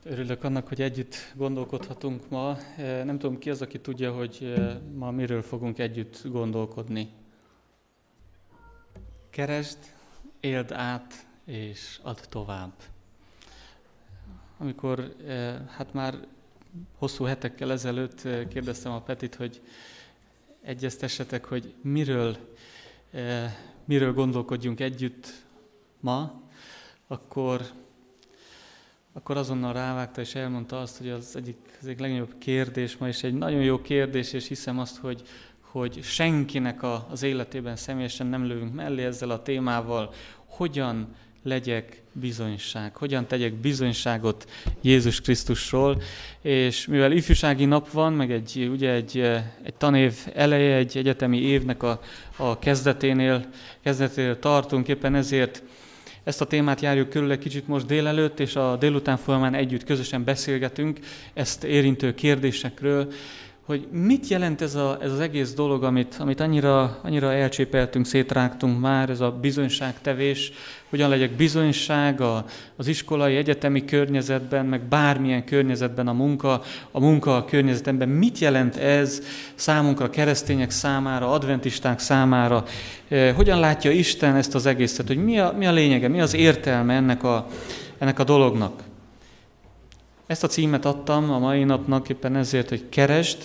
Örülök annak, hogy együtt gondolkodhatunk ma. Nem tudom, ki az, aki tudja, hogy ma miről fogunk együtt gondolkodni. Keresd, éld át, és add tovább. Amikor már hosszú hetekkel ezelőtt kérdeztem a Petit, hogy egyeztessetek, hogy miről gondolkodjunk együtt ma, akkor azonnal rávágta és elmondta azt, hogy az egyik legnagyobb kérdés ma, és egy nagyon jó kérdés, és hiszem azt, hogy senkinek az életében személyesen nem lövünk mellé ezzel a témával, hogyan legyek bizonyság, hogyan tegyek bizonyságot Jézus Krisztusról, és mivel ifjúsági nap van, meg egy tanév eleje, egy egyetemi évnek a kezdeténél tartunk, éppen ezért ezt a témát járjuk körül egy kicsit most délelőtt, és a délután folyamán együtt közösen beszélgetünk ezt érintő kérdésekről, hogy mit jelent ez az egész dolog, amit annyira elcsépeltünk, szétrágtunk már, ez a bizonyságtevés, hogyan legyek bizonyság az iskolai, egyetemi környezetben, meg bármilyen környezetben, a munka környezetemben. Mit jelent ez számunkra, keresztények számára, adventisták számára? Hogyan látja Isten ezt az egészet, hogy mi a lényege, mi az értelme ennek a dolognak? Ezt a címet adtam a mai napnak éppen ezért, hogy keresd,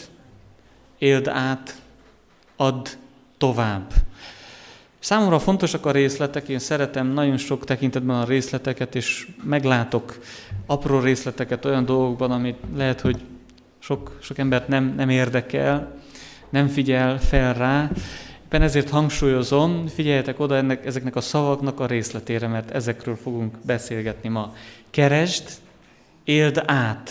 éld át, add tovább. Számomra fontosak a részletek, én szeretem nagyon sok tekintetben a részleteket, és meglátok apró részleteket olyan dolgokban, amit lehet, hogy sok embert nem érdekel, nem figyel fel rá. Éppen ezért hangsúlyozom, figyeljetek oda ezeknek a szavaknak a részletére, mert ezekről fogunk beszélgetni ma. Keresd, éld át,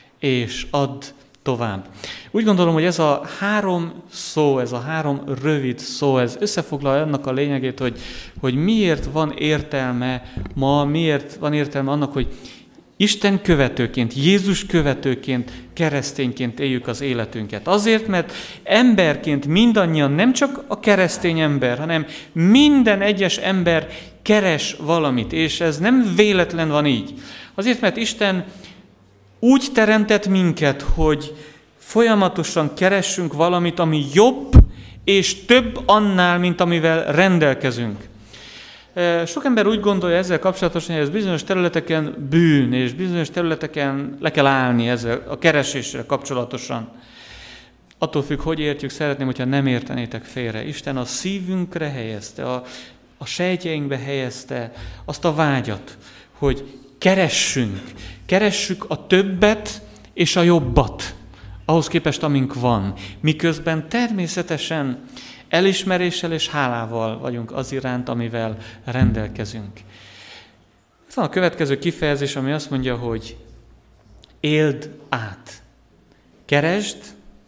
és add tovább. Úgy gondolom, hogy ez a három szó, ez a három rövid szó, ez összefoglalja annak a lényegét, hogy miért van értelme ma, miért van értelme annak, hogy Isten követőként, Jézus követőként, keresztényként éljük az életünket. Azért, mert emberként mindannyian, nem csak a keresztény ember, hanem minden egyes ember keres valamit, és ez nem véletlen van így. Azért, mert Isten úgy teremtett minket, hogy folyamatosan keressünk valamit, ami jobb és több annál, mint amivel rendelkezünk. Sok ember úgy gondolja ezzel kapcsolatosan, hogy ez bizonyos területeken bűn, és bizonyos területeken le kell állni ezzel a kereséssel kapcsolatosan. Attól függ, hogy értjük, szeretném, hogyha nem értenétek félre. Isten a szívünkre helyezte, a sejtjeinkbe helyezte azt a vágyat, hogy keressük a többet és a jobbat, ahhoz képest, amink van. Miközben természetesen elismeréssel és hálával vagyunk az iránt, amivel rendelkezünk. Ez van a következő kifejezés, ami azt mondja, hogy éld át. Keresd,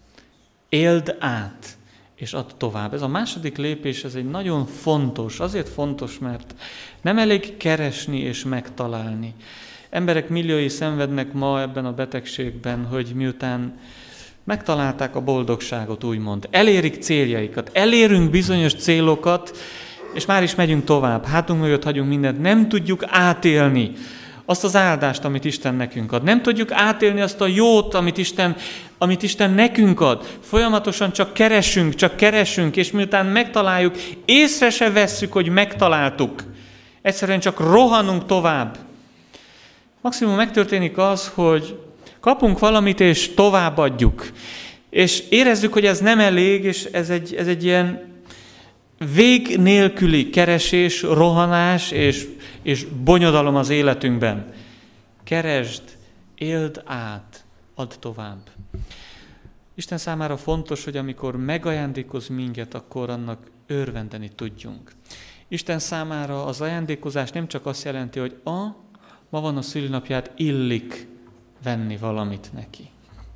éld át, és add tovább. Ez a második lépés, ez egy nagyon fontos, azért fontos, mert nem elég keresni és megtalálni. Emberek milliói szenvednek ma ebben a betegségben, hogy miután megtalálták a boldogságot, úgymond. Elérik céljaikat, elérünk bizonyos célokat, és már is megyünk tovább. Hátunk mögött hagyunk mindent. Nem tudjuk átélni azt az áldást, amit Isten nekünk ad. Nem tudjuk átélni azt a jót, amit Isten nekünk ad. Folyamatosan csak keresünk, és miután megtaláljuk, észre se vesszük, hogy megtaláltuk. Egyszerűen csak rohanunk tovább. Maximum megtörténik az, hogy kapunk valamit, és továbbadjuk. És érezzük, hogy ez nem elég, és ez egy ilyen vég nélküli keresés, rohanás és bonyodalom az életünkben. Keresd, éld át, add tovább. Isten számára fontos, hogy amikor megajándékoz minket, akkor annak örvendeni tudjunk. Isten számára az ajándékozás nem csak azt jelenti, hogy ma van a szülinapját, illik venni valamit neki.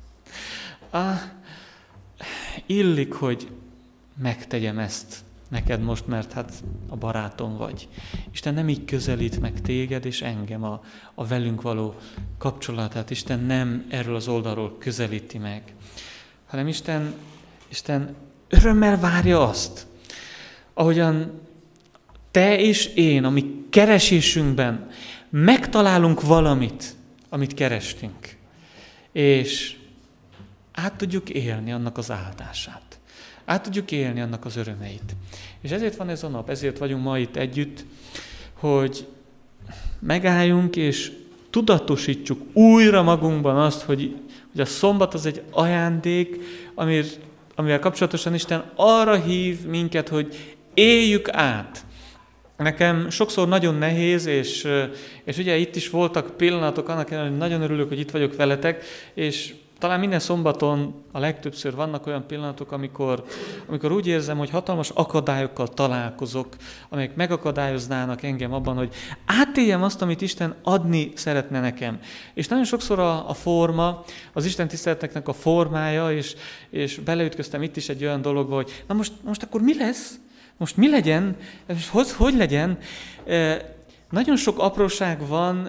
Illik, hogy megtegyem ezt neked most, mert hát a barátom vagy. Isten nem így közelít meg téged és engem a velünk való kapcsolatát. Isten nem erről az oldalról közelíti meg, hanem Isten örömmel várja azt, ahogyan te és én, a mi keresésünkben megtalálunk valamit, amit kerestünk. És át tudjuk élni annak az áldását. Át tudjuk élni annak az örömeit. És ezért van ez a nap, ezért vagyunk ma itt együtt, hogy megálljunk és tudatosítsuk újra magunkban azt, hogy a szombat az egy ajándék, amivel kapcsolatosan Isten arra hív minket, hogy éljük át. Nekem sokszor nagyon nehéz, és ugye itt is voltak pillanatok, annak ellenére, hogy nagyon örülök, hogy itt vagyok veletek, és talán minden szombaton a legtöbbször vannak olyan pillanatok, amikor úgy érzem, hogy hatalmas akadályokkal találkozok, amelyek megakadályoznának engem abban, hogy átéljem azt, amit Isten adni szeretne nekem. És nagyon sokszor a forma, az Isten tiszteletnek a formája, és beleütköztem itt is egy olyan dologba, hogy na most akkor mi lesz? Most mi legyen? Hogy legyen? Nagyon sok apróság van,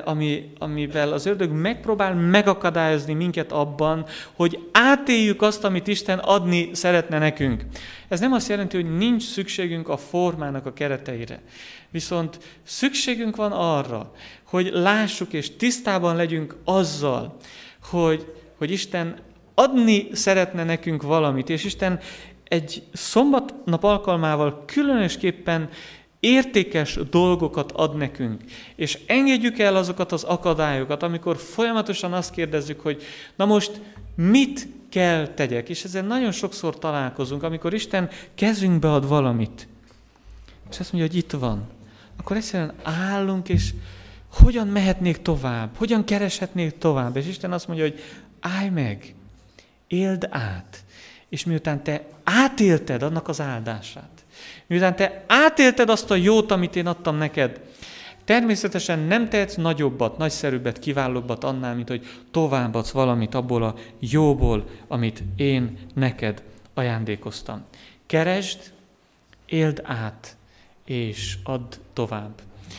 amivel az ördög megpróbál megakadályozni minket abban, hogy átéljük azt, amit Isten adni szeretne nekünk. Ez nem azt jelenti, hogy nincs szükségünk a formának a kereteire. Viszont szükségünk van arra, hogy lássuk és tisztában legyünk azzal, hogy Isten adni szeretne nekünk valamit, és Isten egy szombatnap alkalmával különösképpen értékes dolgokat ad nekünk. És engedjük el azokat az akadályokat, amikor folyamatosan azt kérdezzük, hogy na most mit kell tegyek? És ezzel nagyon sokszor találkozunk, amikor Isten kezünkbe ad valamit. És azt mondja, hogy itt van. Akkor egyszerűen állunk, és hogyan mehetnék tovább? Hogyan kereshetnék tovább? És Isten azt mondja, hogy állj meg, éld át. És miután te átélted annak az áldását, miután te átélted azt a jót, amit én adtam neked, természetesen nem tehetsz nagyobbat, nagyszerűbbet, kiválóbbat annál, mint hogy továbbadsz valamit abból a jóból, amit én neked ajándékoztam. Keresd, éld át, és add tovább.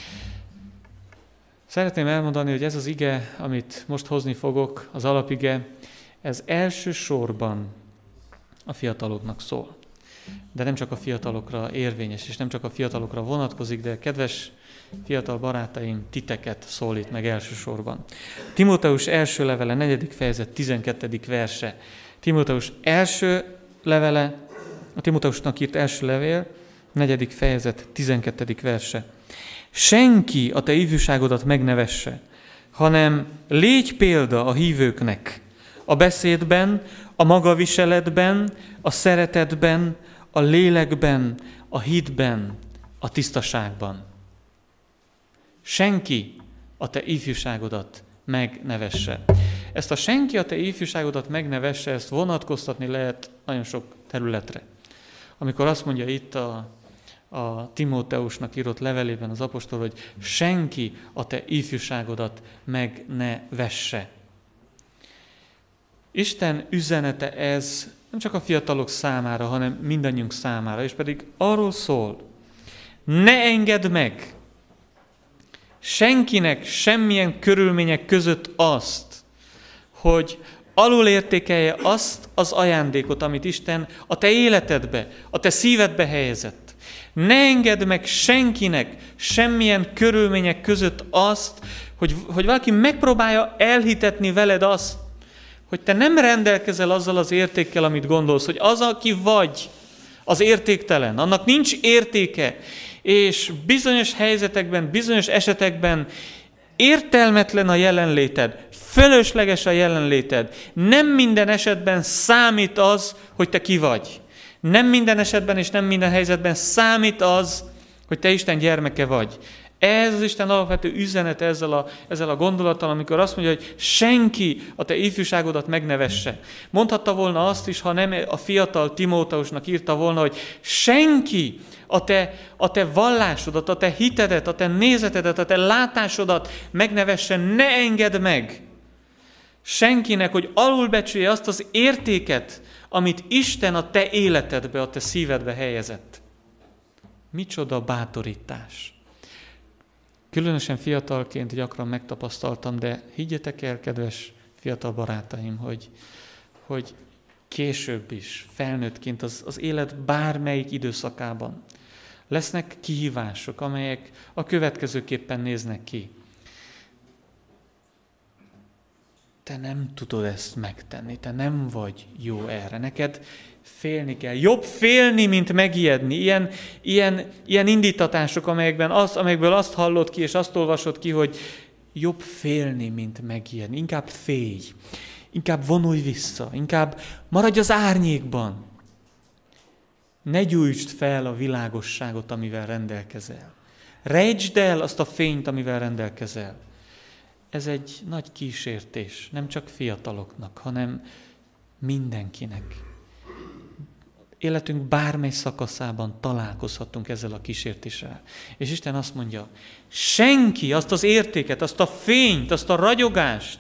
Szeretném elmondani, hogy ez az ige, amit most hozni fogok, az alapige, ez elsősorban a fiataloknak szól. De nem csak a fiatalokra érvényes, és nem csak a fiatalokra vonatkozik, de kedves fiatal barátaim, titeket szólít meg elsősorban. Timóteus első levele, 4. fejezet, 12. verse. Timóteus első levele, a Timóteusnak írt első levél, 4. fejezet, 12. verse. Senki a te ifjúságodat megnevesse, hanem légy példa a hívőknek, a beszédben, a magaviseletben, a szeretetben, a lélekben, a hitben, a tisztaságban. Senki a te ifjúságodat megnevesse. Ezt a senki a te ifjúságodat megnevesse, ezt vonatkoztatni lehet nagyon sok területre. Amikor azt mondja itt a Timóteusnak írott levelében az apostol, hogy senki a te ifjúságodat meg ne vesse. Isten üzenete ez nem csak a fiatalok számára, hanem mindannyiunk számára, és pedig arról szól, ne engedd meg senkinek semmilyen körülmények között azt, hogy alulértékelje azt az ajándékot, amit Isten a te életedbe, a te szívedbe helyezett. Ne engedd meg senkinek semmilyen körülmények között azt, hogy valaki megpróbálja elhitetni veled azt, hogy te nem rendelkezel azzal az értékkel, amit gondolsz, hogy az, aki vagy, az értéktelen, annak nincs értéke, és bizonyos helyzetekben, bizonyos esetekben értelmetlen a jelenléted, fölösleges a jelenléted. Nem minden esetben számít az, hogy te ki vagy. Nem minden esetben és nem minden helyzetben számít az, hogy te Isten gyermeke vagy. Ez az Isten alapvető üzenete ezzel a gondolattal, amikor azt mondja, hogy senki a te ifjúságodat megnevesse. Mondhatta volna azt is, ha nem a fiatal Timóteusnak írta volna, hogy senki a te vallásodat, a te hitedet, a te nézetedet, a te látásodat megnevesse, ne engedd meg senkinek, hogy alulbecsülje azt az értéket, amit Isten a te életedbe, a te szívedbe helyezett. Micsoda bátorítás! Különösen fiatalként gyakran megtapasztaltam, de higgyetek el, kedves fiatal barátaim, hogy később is, felnőttként az élet bármelyik időszakában lesznek kihívások, amelyek a következőképpen néznek ki. te nem tudod ezt megtenni, te nem vagy jó erre, neked félni kell. Jobb félni, mint megijedni. Ilyen indítatások, amelyekből azt hallod ki, és azt olvasod ki, hogy jobb félni, mint megijedni. Inkább félj, inkább vonulj vissza, inkább maradj az árnyékban. Ne gyújtsd fel a világosságot, amivel rendelkezel. Rejtsd el azt a fényt, amivel rendelkezel. Ez egy nagy kísértés, nem csak fiataloknak, hanem mindenkinek. Életünk bármely szakaszában találkozhatunk ezzel a kísértéssel. És Isten azt mondja, senki azt az értéket, azt a fényt, azt a ragyogást,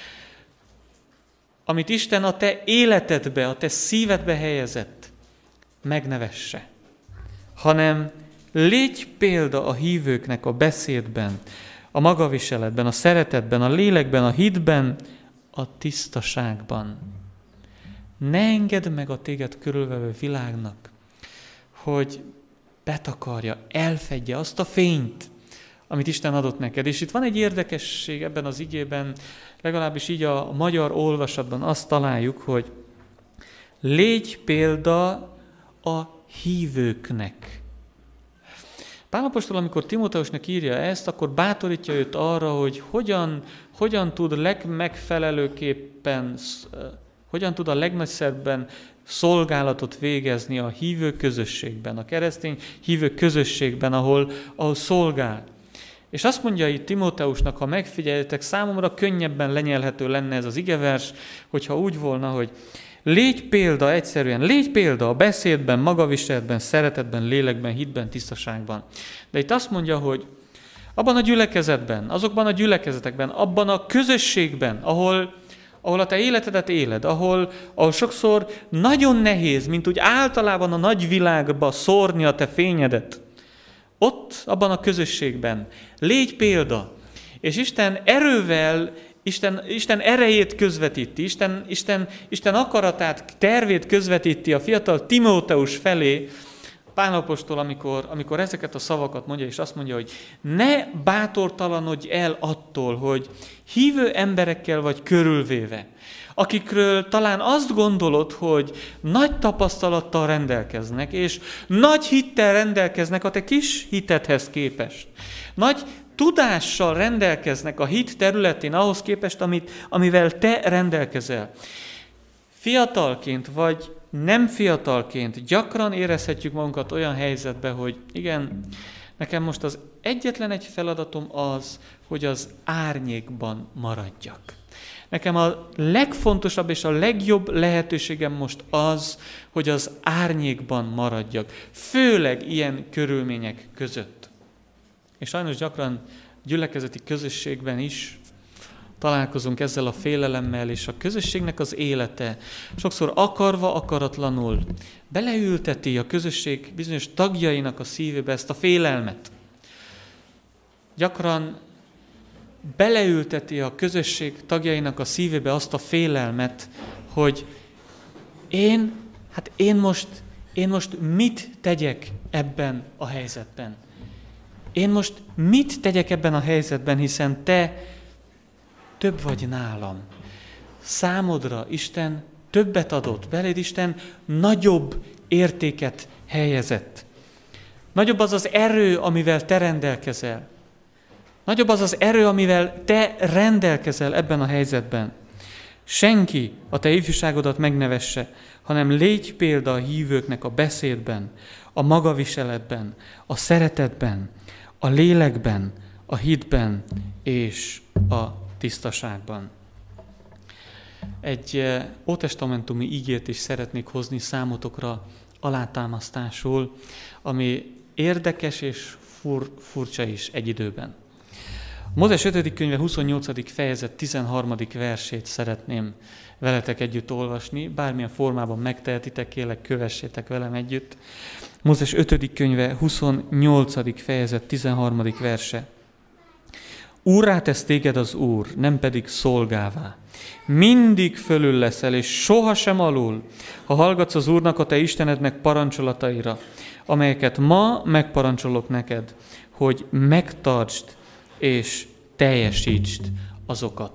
amit Isten a te életedbe, a te szívedbe helyezett, megnevesse, hanem légy példa a hívőknek a beszédben, a magaviseletben, a szeretetben, a lélekben, a hitben, a tisztaságban. Ne engedd meg a téged körülvevő világnak, hogy betakarja, elfedje azt a fényt, amit Isten adott neked. És itt van egy érdekesség ebben az igében, legalábbis így a magyar olvasatban azt találjuk, hogy légy példa a hívőknek. Pál apostol, amikor Timóteusnak írja ezt, akkor bátorítja őt arra, hogy hogyan tud legmegfelelőképpen, hogyan tud a legnagyszerűbben szolgálatot végezni a hívő közösségben, a keresztény hívő közösségben, ahol szolgál. És azt mondja itt Timóteusnak, ha megfigyeljetek, számomra könnyebben lenyelhető lenne ez az igevers, hogyha úgy volna, hogy légy példa egyszerűen, légy példa a beszédben, magaviseletben, szeretetben, lélekben, hitben, tisztaságban. De itt azt mondja, hogy abban a gyülekezetben, azokban a gyülekezetekben, abban a közösségben, ahol a te életedet éled, ahol sokszor nagyon nehéz, mint úgy általában a nagyvilágba szórni a te fényedet, ott, abban a közösségben légy példa, és Isten erővel, Isten erejét közvetíti, Isten akaratát, tervét közvetíti a fiatal Timóteus felé, Pál apostol, amikor ezeket a szavakat mondja, és azt mondja, hogy ne bátortalanodj el attól, hogy hívő emberekkel vagy körülvéve, akikről talán azt gondolod, hogy nagy tapasztalattal rendelkeznek, és nagy hittel rendelkeznek a te kis hitedhez képest. Nagy tudással rendelkeznek a hit területén ahhoz képest, amivel te rendelkezel. Fiatalként vagy nem fiatalként gyakran érezhetjük magunkat olyan helyzetben, hogy igen, nekem most az egyetlen egy feladatom az, hogy az árnyékban maradjak. Nekem a legfontosabb és a legjobb lehetőségem most az, hogy az árnyékban maradjak, főleg ilyen körülmények között. És sajnos gyakran gyülekezeti közösségben is találkozunk ezzel a félelemmel, és a közösségnek az élete sokszor akarva, akaratlanul beleülteti a közösség bizonyos tagjainak a szívébe ezt a félelmet. Gyakran beleülteti a közösség tagjainak a szívébe azt a félelmet, hogy én most mit tegyek ebben a helyzetben? Én most mit tegyek ebben a helyzetben, hiszen te több vagy nálam. Számodra Isten többet adott, beléd Isten nagyobb értéket helyezett. Nagyobb az az erő, amivel te rendelkezel. Nagyobb az az erő, amivel te rendelkezel ebben a helyzetben. Senki a te ifjúságodat megnevesse, hanem légy példa a hívőknek a beszédben, a magaviseletben, a szeretetben, a lélekben, a hitben és a tisztaságban. Egy ótestamentumi ígét is szeretnék hozni számotokra alátámasztásul, ami érdekes és furcsa is egy időben. Mózes 5. könyve 28. fejezet 13. versét szeretném veletek együtt olvasni, bármilyen formában megtehetitek, kérlek, kövessétek velem együtt. Mózes 5. könyve 28. fejezet 13. verse. Úrrá tesz téged az Úr, nem pedig szolgává. Mindig fölül leszel, és sohasem alul, ha hallgatsz az Úrnak, a te Istenednek parancsolataira, amelyeket ma megparancsolok neked, hogy megtartsd és teljesítsd azokat.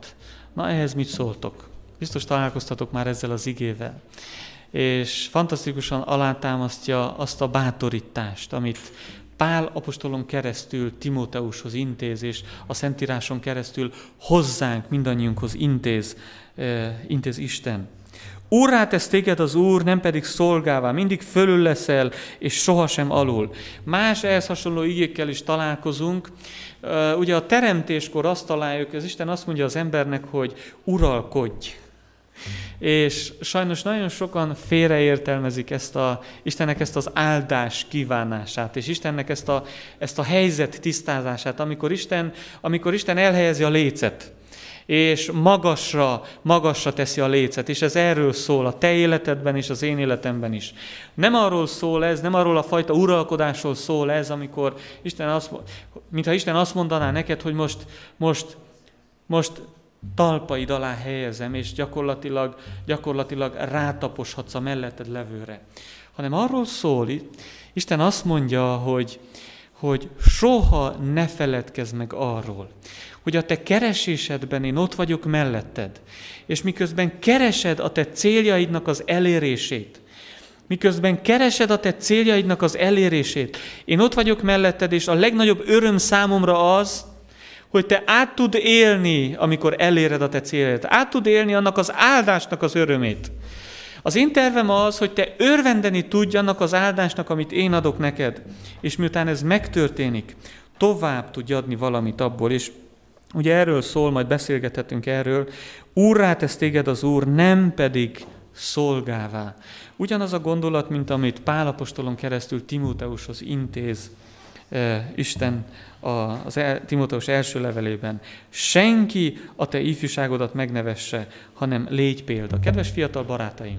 Na ehhez mit szóltok? Biztos találkoztatok már ezzel az igével. És fantasztikusan alátámasztja azt a bátorítást, amit Pál apostolon keresztül Timóteushoz intéz, és a Szentíráson keresztül hozzánk, mindannyiunkhoz intéz Isten. Úrrá tesz téged az Úr, nem pedig szolgává, mindig fölül leszel, és sohasem alul. Más ehhez hasonló igékkel is találkozunk. Ugye a teremtéskor azt találjuk, az Isten azt mondja az embernek, hogy uralkodj. És sajnos nagyon sokan félreértelmezik Istennek ezt az áldás kívánását, és Istennek ezt a helyzet tisztázását, amikor Isten elhelyezi a lécet, és magasra teszi a lécet, és ez erről szól a te életedben és az én életemben is. Nem arról szól ez, nem arról a fajta uralkodásról szól ez, amikor mintha Isten azt mondaná neked, hogy most talpaid alá helyezem, és gyakorlatilag rátaposhatsz a melletted levőre. Hanem arról szól, Isten azt mondja, hogy soha ne feledkezz meg arról, hogy a te keresésedben én ott vagyok melletted, és miközben keresed a te céljaidnak az elérését, én ott vagyok melletted, és a legnagyobb öröm számomra az, hogy te át tud élni, amikor eléred a te céljaid, át tud élni annak az áldásnak az örömét. Az én tervem az, hogy te örvendeni tudj annak az áldásnak, amit én adok neked, és miután ez megtörténik, tovább tudj adni valamit abból, és ugye erről szól, majd beszélgethetünk erről, úrrá tesz téged az Úr, nem pedig szolgává. Ugyanaz a gondolat, mint amit Pál apostolon keresztül Timóteushoz intéz Isten az Timóteus első levelében. Senki a te ifjúságodat megnevesse, hanem légy példa. Kedves fiatal barátaim,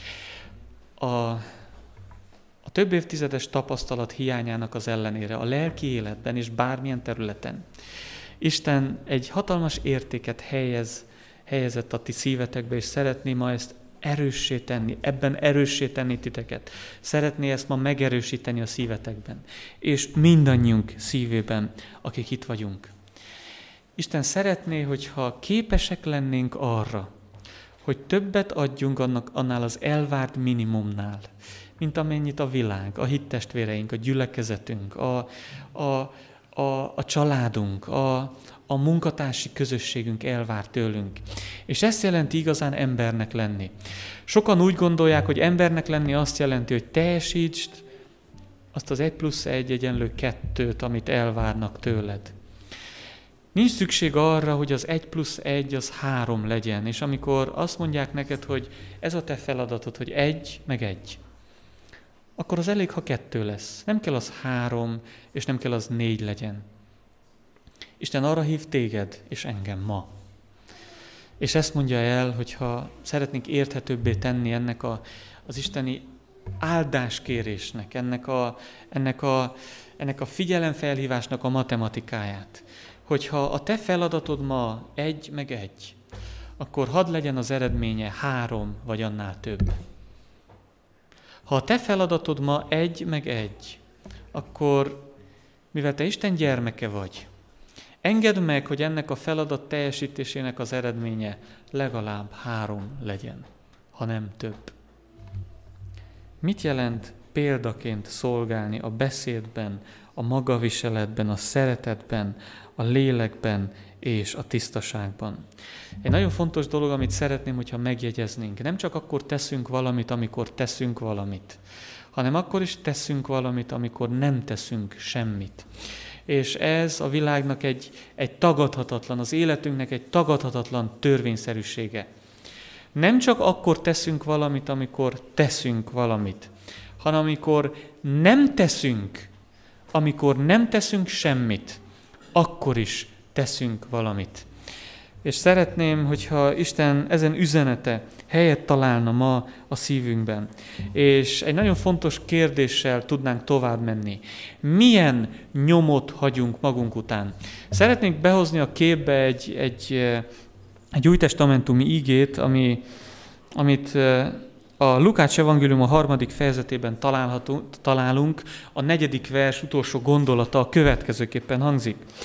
a több évtizedes tapasztalat hiányának az ellenére, a lelki életben és bármilyen területen, Isten egy hatalmas értéket helyezett a ti szívetekbe, és szeretné ma ezt erőssé tenni, ebben erőssé tenni titeket. Szeretné ezt ma megerősíteni a szívetekben, és mindannyiunk szívében, akik itt vagyunk. Isten szeretné, hogyha képesek lennénk arra, hogy többet adjunk annál az elvárt minimumnál, mint amennyit a világ, a hittestvéreink, a gyülekezetünk, a családunk, a munkatársi közösségünk elvár tőlünk. És ezt jelenti igazán embernek lenni. Sokan úgy gondolják, hogy embernek lenni azt jelenti, hogy teljesítsd azt az 1+1=2, amit elvárnak tőled. Nincs szükség arra, hogy az 1+1 az 3 legyen, és amikor azt mondják neked, hogy ez a te feladatod, hogy 1 meg 1, akkor az elég, ha 2 lesz. Nem kell az 3, és nem kell az 4 legyen. Isten arra hív téged, és engem ma. És ezt mondja el, hogyha szeretnénk érthetőbbé tenni ennek az isteni áldáskérésnek, ennek a figyelemfelhívásnak a matematikáját, hogyha a te feladatod ma 1 meg 1, akkor hadd legyen az eredménye 3 vagy annál több. Ha a te feladatod ma 1 meg 1, akkor, mivel te Isten gyermeke vagy, engedd meg, hogy ennek a feladat teljesítésének az eredménye legalább 3 legyen, ha nem több. Mit jelent példaként szolgálni a beszédben, a magaviseletben, a szeretetben, a lélekben és a tisztaságban? Egy nagyon fontos dolog, amit szeretném, hogyha megjegyeznénk. Nem csak akkor teszünk valamit, amikor teszünk valamit, hanem akkor is teszünk valamit, amikor nem teszünk semmit. És ez a világnak egy tagadhatatlan, az életünknek egy tagadhatatlan törvényszerűsége. Nem csak akkor teszünk valamit, amikor teszünk valamit, hanem amikor nem teszünk semmit, akkor is teszünk valamit. És szeretném, hogyha Isten ezen üzenete helyet találna ma a szívünkben. És egy nagyon fontos kérdéssel tudnánk tovább menni. Milyen nyomot hagyunk magunk után? Szeretnék behozni a képbe egy újtestamentumi igét, amit a Lukács evangélium a 3. fejezetében találunk. A 4. vers utolsó gondolata a következőképpen hangzik.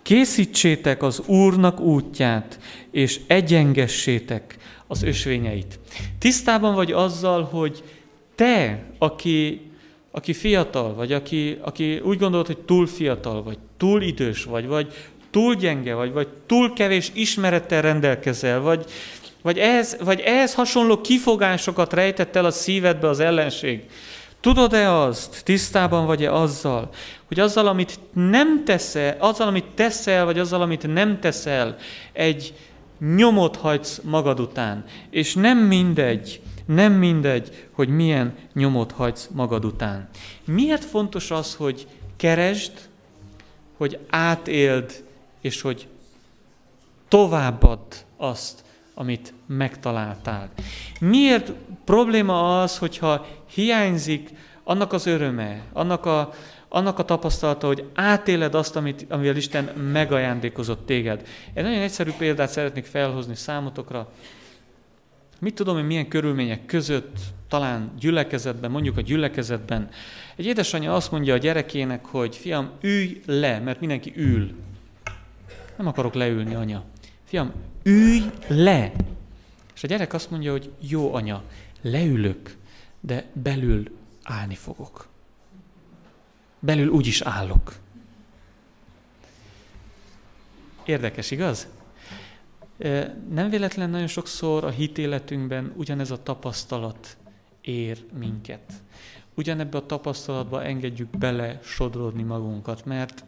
Készítsétek az Úrnak útját, és egyengessétek az ösvényeit. Tisztában vagy azzal, hogy te, aki fiatal vagy, aki úgy gondolod, hogy túl fiatal vagy, túl idős vagy túl gyenge vagy túl kevés ismerettel rendelkezel, vagy ehhez hasonló kifogásokat rejtett el a szívedbe az ellenség. Tudod-e azt, tisztában vagy-e azzal, hogy azzal, amit nem teszel, azzal, amit teszel, vagy azzal, amit nem teszel, egy nyomot hagysz magad után. És nem mindegy, hogy milyen nyomot hagysz magad után. Miért fontos az, hogy keresd, hogy átéld, és hogy továbbadd azt, amit megtaláltál? Miért probléma az, hogyha hiányzik annak az öröme, annak a tapasztalata, hogy átéled azt, amivel Isten megajándékozott téged? Egy nagyon egyszerű példát szeretnék felhozni számotokra. Mit tudom én, milyen körülmények között, talán gyülekezetben, mondjuk a gyülekezetben, egy édesanyja azt mondja a gyerekének, hogy fiam, ülj le, mert mindenki ül. Nem akarok leülni, anya. Fiam, ülj le! És a gyerek azt mondja, hogy jó, anya, leülök, de belül állni fogok. Belül úgyis állok. Érdekes, igaz? Nem véletlen nagyon sokszor a hitéletünkben ugyanez a tapasztalat ér minket. Ugyanebbe a tapasztalatba engedjük bele sodródni magunkat, mert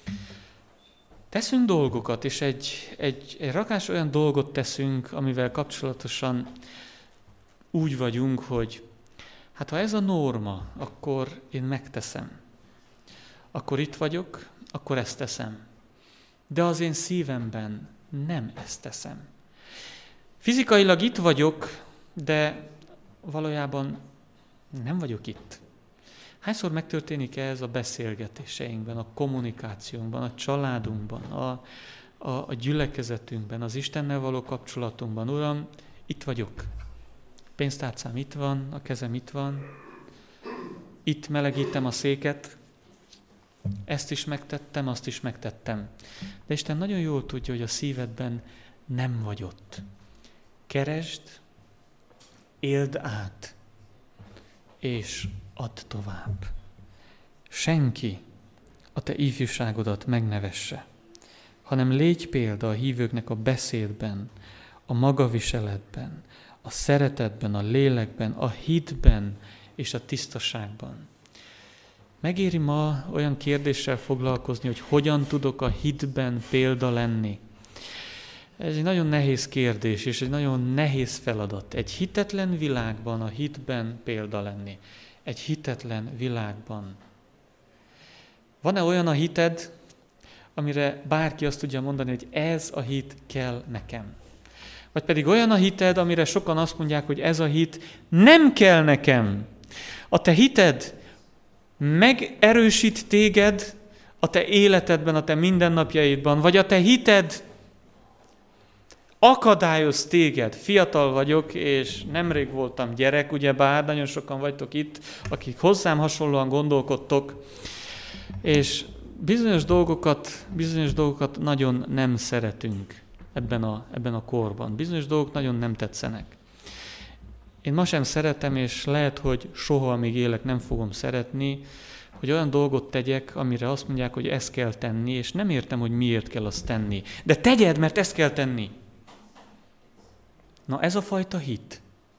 teszünk dolgokat, és egy rakás olyan dolgot teszünk, amivel kapcsolatosan úgy vagyunk, hogy hát ha ez a norma, akkor én megteszem. Akkor itt vagyok, akkor ezt teszem. De az én szívemben nem ezt teszem. Fizikailag itt vagyok, de valójában nem vagyok itt. Hányszor megtörténik ez a beszélgetéseinkben, a kommunikációnkban, a családunkban, a gyülekezetünkben, az Istennel való kapcsolatunkban? Uram, itt vagyok. Pénztárcám itt van, a kezem itt van. Itt melegítem a széket. Ezt is megtettem, azt is megtettem. De Isten nagyon jól tudja, hogy a szívedben nem vagy ott. Keresd, éld át, és add tovább. Senki a te ifjúságodat megnevesse, hanem légy példa a hívőknek a beszédben, a magaviseletben, a szeretetben, a lélekben, a hitben és a tisztaságban. Megéri ma olyan kérdéssel foglalkozni, hogy hogyan tudok a hitben példa lenni? Ez egy nagyon nehéz kérdés, és egy nagyon nehéz feladat. Egy hitetlen világban a hitben példa lenni. Egy hitetlen világban. Van-e olyan a hited, amire bárki azt tudja mondani, hogy ez a hit kell nekem? Vagy pedig olyan a hited, amire sokan azt mondják, hogy ez a hit nem kell nekem? A te hited megerősít téged a te életedben, a te mindennapjaidban, vagy a te hited akadályoz téged. Fiatal vagyok, és nemrég voltam gyerek, ugyebár nagyon sokan vagytok itt, akik hozzám hasonlóan gondolkodtok, és bizonyos dolgokat nagyon nem szeretünk ebben a korban. Bizonyos dolgok nagyon nem tetszenek. Én ma sem szeretem, és lehet, hogy soha, amíg élek, nem fogom szeretni, hogy olyan dolgot tegyek, amire azt mondják, hogy ezt kell tenni, és nem értem, hogy miért kell azt tenni. De tegyed, mert ezt kell tenni. Na ez a fajta hit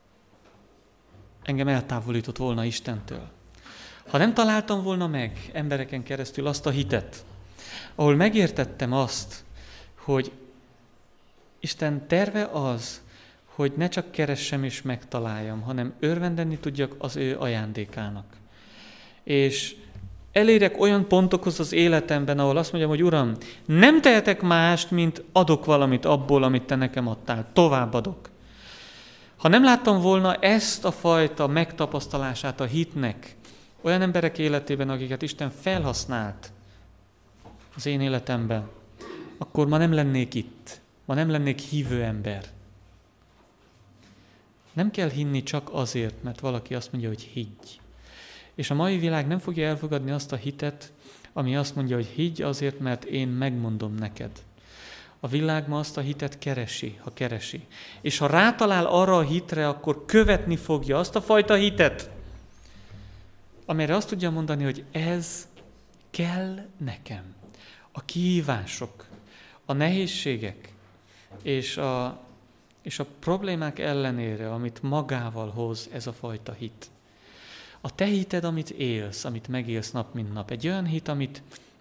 engem eltávolított volna Istentől. Ha nem találtam volna meg embereken keresztül azt a hitet, ahol megértettem azt, hogy Isten terve az, hogy ne csak keressem és megtaláljam, hanem örvendeni tudjak az ő ajándékának. És elérek olyan pontokhoz az életemben, ahol azt mondjam, hogy Uram, nem tehetek mást, mint adok valamit abból, amit Te nekem adtál. Továbbadok. Ha nem láttam volna ezt a fajta megtapasztalását a hitnek olyan emberek életében, akiket Isten felhasznált az én életemben, akkor ma nem lennék itt. Ma nem lennék hívő ember. Nem kell hinni csak azért, mert valaki azt mondja, hogy higgy. És a mai világ nem fogja elfogadni azt a hitet, ami azt mondja, hogy higgy azért, mert én megmondom neked. A világ ma azt a hitet keresi, ha keresi. És ha rátalál arra a hitre, akkor követni fogja azt a fajta hitet, amire azt tudja mondani, hogy ez kell nekem. A kihívások, a nehézségek és a problémák ellenére, amit magával hoz ez a fajta hit. A te hited, amit élsz, amit megélsz nap, mint nap. Egy olyan hit, amit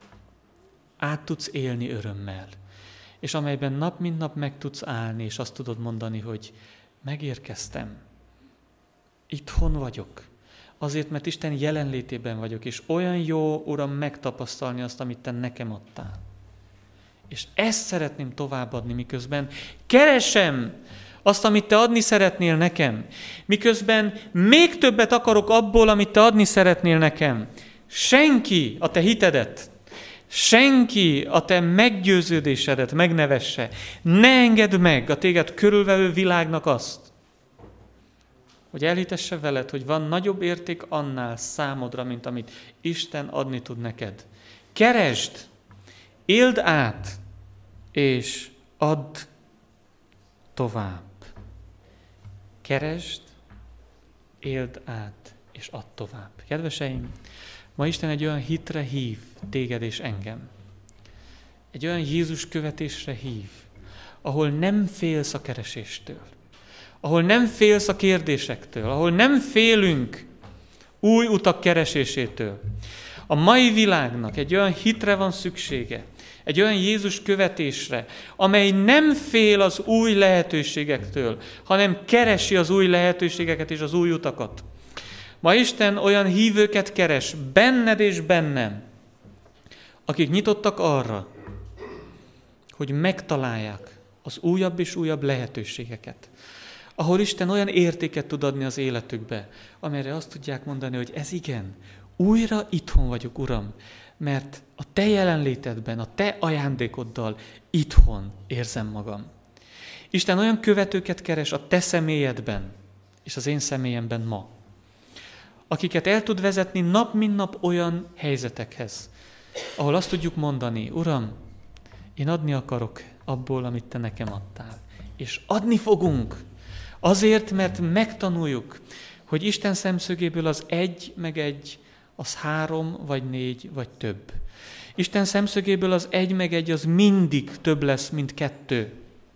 át tudsz élni örömmel. És amelyben nap, mint nap meg tudsz állni, és azt tudod mondani, hogy megérkeztem. Itthon vagyok. Azért, mert Isten jelenlétében vagyok, és olyan jó, Uram, megtapasztalni azt, amit te nekem adtál. És ezt szeretném továbbadni, miközben keresem azt, amit te adni szeretnél nekem. Miközben még többet akarok abból, amit te adni szeretnél nekem. Senki a te hitedet, senki a te meggyőződésedet megnevesse. Ne engedd meg a téged körülvevő világnak azt, hogy elhitesse veled, hogy van nagyobb érték annál számodra, mint amit Isten adni tud neked. Keresd, éld át, és add tovább. Keresd, éld át, és add tovább. Kedveseim, ma Isten egy olyan hitre hív téged és engem. Egy olyan Jézus követésre hív, ahol nem félsz a kereséstől. Ahol nem félsz a kérdésektől, ahol nem félünk új utak keresésétől. A mai világnak egy olyan hitre van szüksége, egy olyan Jézus követésre, amely nem fél az új lehetőségektől, hanem keresi az új lehetőségeket és az új utakat. Ma Isten olyan hívőket keres, benned és bennem, akik nyitottak arra, hogy megtalálják az újabb és újabb lehetőségeket, ahol Isten olyan értéket tud adni az életükbe, amelyre azt tudják mondani, hogy ez igen, újra itthon vagyok, Uram, mert a te jelenlétedben, a te ajándékoddal itthon érzem magam. Isten olyan követőket keres a te személyedben, és az én személyemben ma, akiket el tud vezetni nap mint nap olyan helyzetekhez, ahol azt tudjuk mondani, Uram, én adni akarok abból, amit te nekem adtál. És adni fogunk. Azért, mert megtanuljuk, hogy Isten szemszögéből az 1 meg 1, az 3 vagy 4 vagy több. Isten szemszögéből az 1 meg 1 az mindig több lesz, mint 2.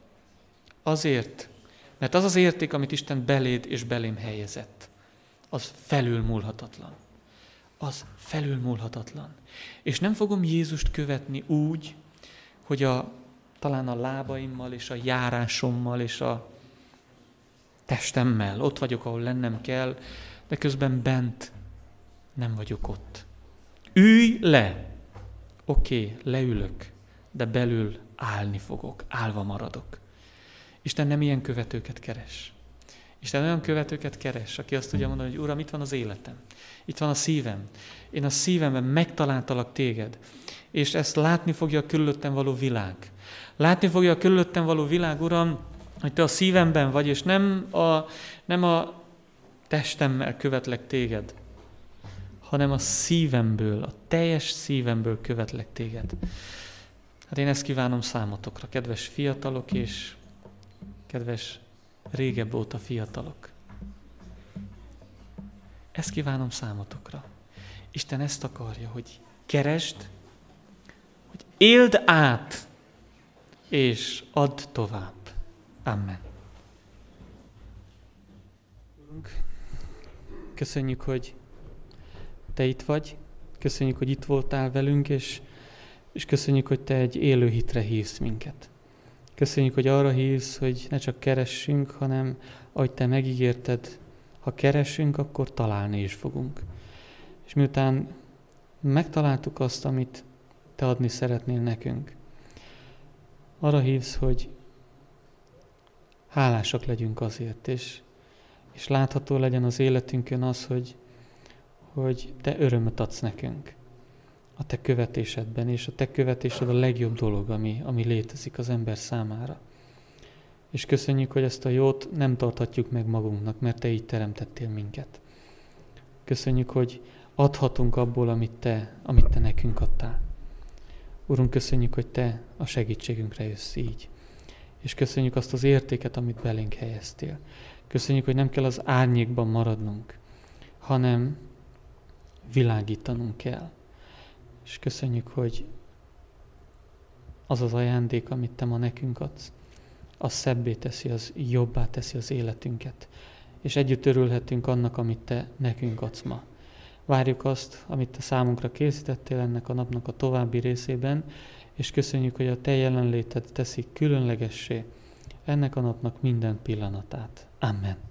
Azért, mert az az érték, amit Isten beléd és belém helyezett, az felülmúlhatatlan. Az felülmúlhatatlan. És nem fogom Jézust követni úgy, hogy talán a lábaimmal és a járásommal és a testemmel ott vagyok, ahol lennem kell, de közben bent nem vagyok ott. Ülj le! Oké, leülök, de belül állni fogok, állva maradok. Isten nem ilyen követőket keres. Isten olyan követőket keres, aki azt tudja mondani, hogy Uram, itt van az életem, itt van a szívem. Én a szívemben megtaláltalak téged, és ezt látni fogja a körülöttem való világ. Látni fogja a körülöttem való világ, Uram, hogy te a szívemben vagy, és nem a testemmel követlek téged, hanem a szívemből, a teljes szívemből követlek téged. Hát én ezt kívánom számotokra, kedves fiatalok és kedves régebb óta fiatalok. Ezt kívánom számotokra. Isten ezt akarja, hogy keresd, hogy éld át, és add tovább. Amen. Köszönjük, hogy te itt vagy, köszönjük, hogy itt voltál velünk, és köszönjük, hogy te egy élő hitre hívsz minket. Köszönjük, hogy arra hívsz, hogy ne csak keressünk, hanem ahogy te megígérted, ha keresünk, akkor találni is fogunk. És miután megtaláltuk azt, amit te adni szeretnél nekünk, arra hívsz, hogy hálásak legyünk azért, és látható legyen az életünkön az, hogy te örömöt adsz nekünk a te követésedben, és a te követésed a legjobb dolog, ami létezik az ember számára. És köszönjük, hogy ezt a jót nem tarthatjuk meg magunknak, mert te így teremtettél minket. Köszönjük, hogy adhatunk abból, amit te nekünk adtál. Urunk, köszönjük, hogy te a segítségünkre jössz így. És köszönjük azt az értéket, amit belénk helyeztél. Köszönjük, hogy nem kell az árnyékban maradnunk, hanem világítanunk kell. És köszönjük, hogy az az ajándék, amit te ma nekünk adsz, az szebbé teszi, az jobbá teszi az életünket. És együtt örülhetünk annak, amit te nekünk adsz ma. Várjuk azt, amit te számunkra készítettél ennek a napnak a további részében, és köszönjük, hogy a te jelenléted teszi különlegessé ennek a napnak minden pillanatát. Amen.